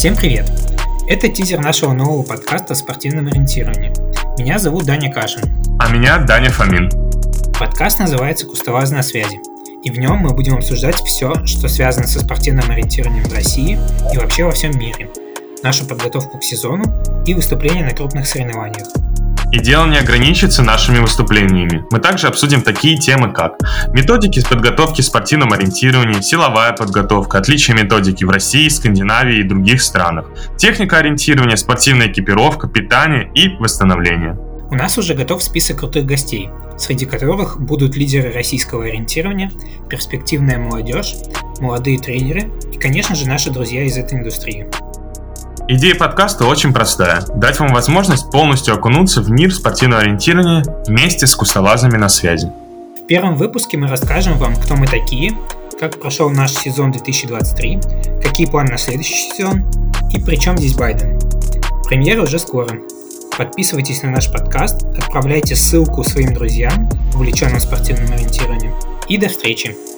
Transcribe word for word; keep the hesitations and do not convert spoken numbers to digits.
Всем привет! Это тизер нашего нового подкаста о спортивном ориентировании. Меня зовут Даня Кашин. А меня Даня Фомин. Подкаст называется «Кустоваз на связи», и в нем мы будем обсуждать все, что связано со спортивным ориентированием в России и вообще во всем мире, нашу подготовку к сезону и выступления на крупных соревнованиях. И дело не ограничится нашими выступлениями. Мы также обсудим такие темы, как методики подготовки в спортивном ориентировании, силовая подготовка, отличия методики в России, Скандинавии и других странах, техника ориентирования, спортивная экипировка, питание и восстановление. У нас уже готов список крутых гостей, среди которых будут лидеры российского ориентирования, перспективная молодежь, молодые тренеры и, конечно же, наши друзья из этой индустрии. Идея подкаста очень простая – дать вам возможность полностью окунуться в мир спортивного ориентирования вместе с кустовазами на связи. В первом выпуске мы расскажем вам, кто мы такие, как прошел наш сезон две тысячи двадцать три, какие планы на следующий сезон и при чем здесь Байден. Премьера уже скоро. Подписывайтесь на наш подкаст, отправляйте ссылку своим друзьям, увлеченным спортивным ориентированием. И до встречи!